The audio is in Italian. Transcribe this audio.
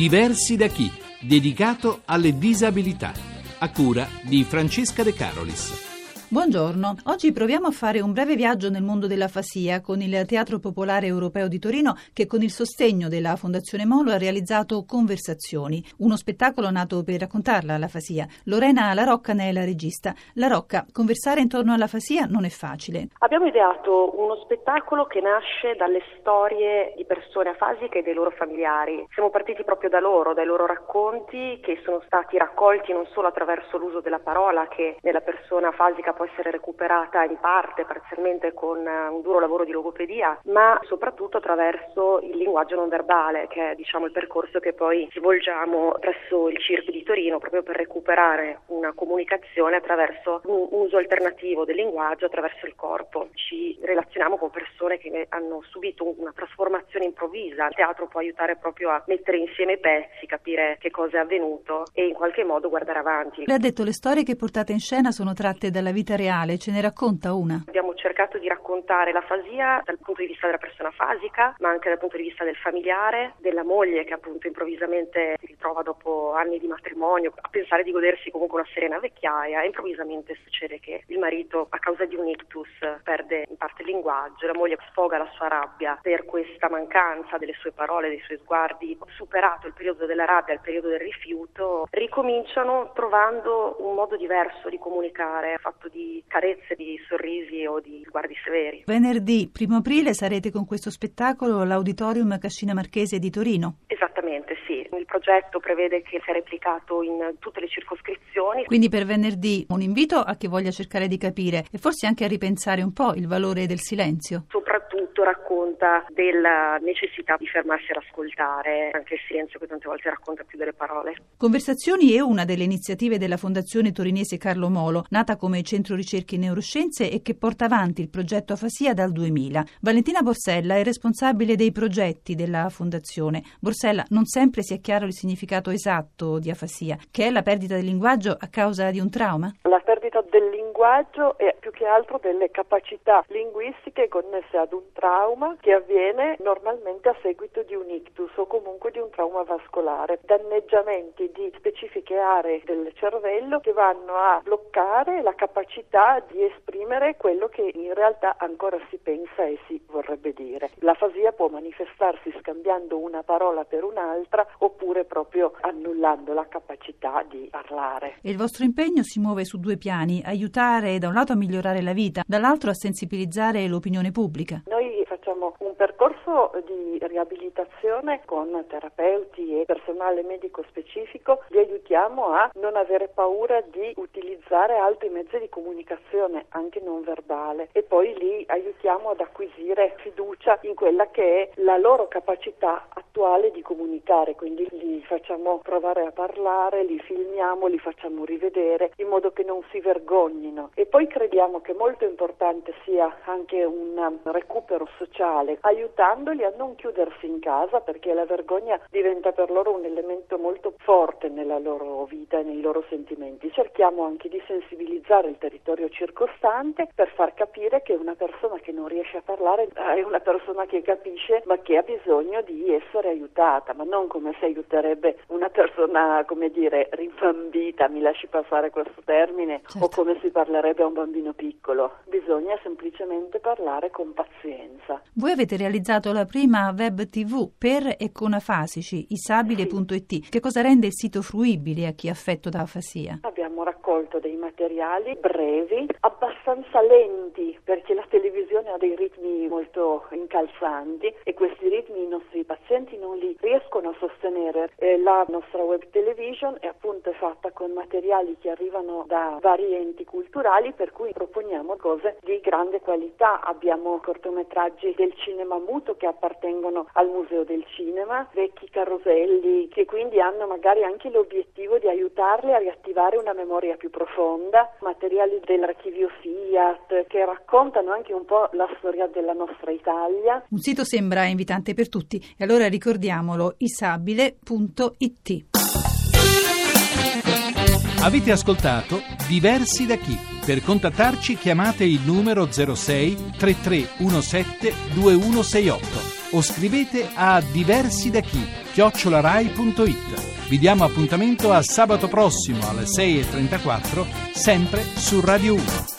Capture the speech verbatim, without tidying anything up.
Diversi da chi? Dedicato alle disabilità. A cura di Francesca De Carolis. Buongiorno, oggi proviamo a fare un breve viaggio nel mondo dell'afasia con il Teatro Popolare Europeo di Torino che con il sostegno della Fondazione Molo ha realizzato Conversazioni, uno spettacolo nato per raccontarla l'afasia. Lorena La Rocca ne è la regista. La Rocca, conversare intorno all'afasia non è facile. Abbiamo ideato uno spettacolo che nasce dalle storie di persone afasiche e dei loro familiari. Siamo partiti proprio da loro, dai loro racconti che sono stati raccolti non solo attraverso l'uso della parola che nella persona afasica può essere recuperata in parte, parzialmente con un duro lavoro di logopedia, ma soprattutto attraverso il linguaggio non verbale, che è diciamo il percorso che poi svolgiamo presso il Circo di Torino proprio per recuperare una comunicazione attraverso un uso alternativo del linguaggio, attraverso il corpo. Ci relazioniamo con persone che hanno subito una trasformazione improvvisa. Il teatro può aiutare proprio a mettere insieme i pezzi, capire che cosa è avvenuto e in qualche modo guardare avanti. Lei ha detto le storie che portate in scena sono tratte dalla vita reale, ce ne racconta una? Abbiamo cercato di raccontare l'afasia dal punto di vista della persona afasica, ma anche dal punto di vista del familiare, della moglie che appunto improvvisamente si ritrova dopo anni di matrimonio a pensare di godersi comunque una serena vecchiaia e improvvisamente succede che il marito a causa di un ictus perde in parte il linguaggio, la moglie sfoga la sua rabbia per questa mancanza delle sue parole, dei suoi sguardi. Superato il periodo della rabbia, il periodo del rifiuto, ricominciano trovando un modo diverso di comunicare, fatto di carezze, di sorrisi o di sguardi severi. Venerdì primo aprile sarete con questo spettacolo all'Auditorium Cascina Marchese di Torino. Esattamente, sì. Il progetto prevede che sia replicato in tutte le circoscrizioni. Quindi per venerdì un invito a chi voglia cercare di capire e forse anche a ripensare un po' il valore del silenzio. Soprattutto racconta della necessità di fermarsi ad ascoltare, anche il silenzio che tante volte racconta più delle parole. Conversazioni è una delle iniziative della Fondazione Torinese Carlo Molo, nata come Centro Ricerche in Neuroscienze e che porta avanti il progetto Afasia dal duemila. Valentina Borsella è responsabile dei progetti della Fondazione. Borsella, non sempre si è chiaro il significato esatto di afasia, che è la perdita del linguaggio a causa di un trauma? La perdita del linguaggio è più che altro delle capacità linguistiche connesse ad un trauma che avviene normalmente a seguito di un ictus o comunque di un trauma vascolare, danneggiamenti di specifiche aree del cervello che vanno a bloccare la capacità di esprimere quello che in realtà ancora si pensa e si vorrebbe dire. L'afasia può manifestarsi scambiando una parola per un'altra oppure proprio annullando la capacità di parlare. E il vostro impegno si muove su due piani: aiutare da un lato a migliorare la vita, dall'altro a sensibilizzare l'opinione pubblica. Noi facciamo un percorso di riabilitazione con terapeuti e personale medico specifico, li aiutiamo a non avere paura di utilizzare altri mezzi di comunicazione anche non verbale e poi li aiutiamo ad acquisire fiducia in quella che è la loro capacità attuale di comunicare, quindi li facciamo provare a parlare, li filmiamo, li facciamo rivedere in modo che non si vergognino e poi crediamo che molto importante sia anche un recupero sociale, aiutandoli a non chiudersi in casa perché la vergogna diventa per loro un elemento molto forte nella loro vita e nei loro sentimenti. Cerchiamo anche di sensibilizzare il territorio circostante per far capire che una persona che non riesce a parlare è una persona che capisce ma che ha bisogno di essere aiutata, ma non come si aiuterebbe una persona, come dire, rimbambita, mi lasci passare questo termine, certo, o come si parlerebbe a un bambino piccolo. Bisogna semplicemente parlare con pazienza. Voi avete realizzato la prima web tivù per e con afasici, isabile punto it. Che cosa rende il sito fruibile a chi è affetto da afasia? Abbiamo raccolto dei materiali brevi, abbastanza lenti, perché la televisione ha dei ritmi molto incalzanti e questi ritmi i nostri pazienti non li riescono a sostenere. E la nostra web television è appunto fatta con materiali che arrivano da vari enti culturali, per cui proponiamo cose di grande qualità. Abbiamo cortometraggi del cinema muto che appartengono al Museo del Cinema, vecchi caroselli che quindi hanno magari anche l'obiettivo di aiutarli a riattivare una memoria più profonda, materiali dell'archivio Fiat che raccontano anche un po' la storia della nostra Italia. Un sito sembra invitante per tutti e allora ricordiamolo: isabile punto it. Avete ascoltato Diversi da chi? Per contattarci chiamate il numero zero sei trentatré diciassette ventuno sessantotto o scrivete a diversi da chi chiocciola rai punto it. Vi diamo appuntamento a sabato prossimo alle sei e trentaquattro, sempre su Radio uno.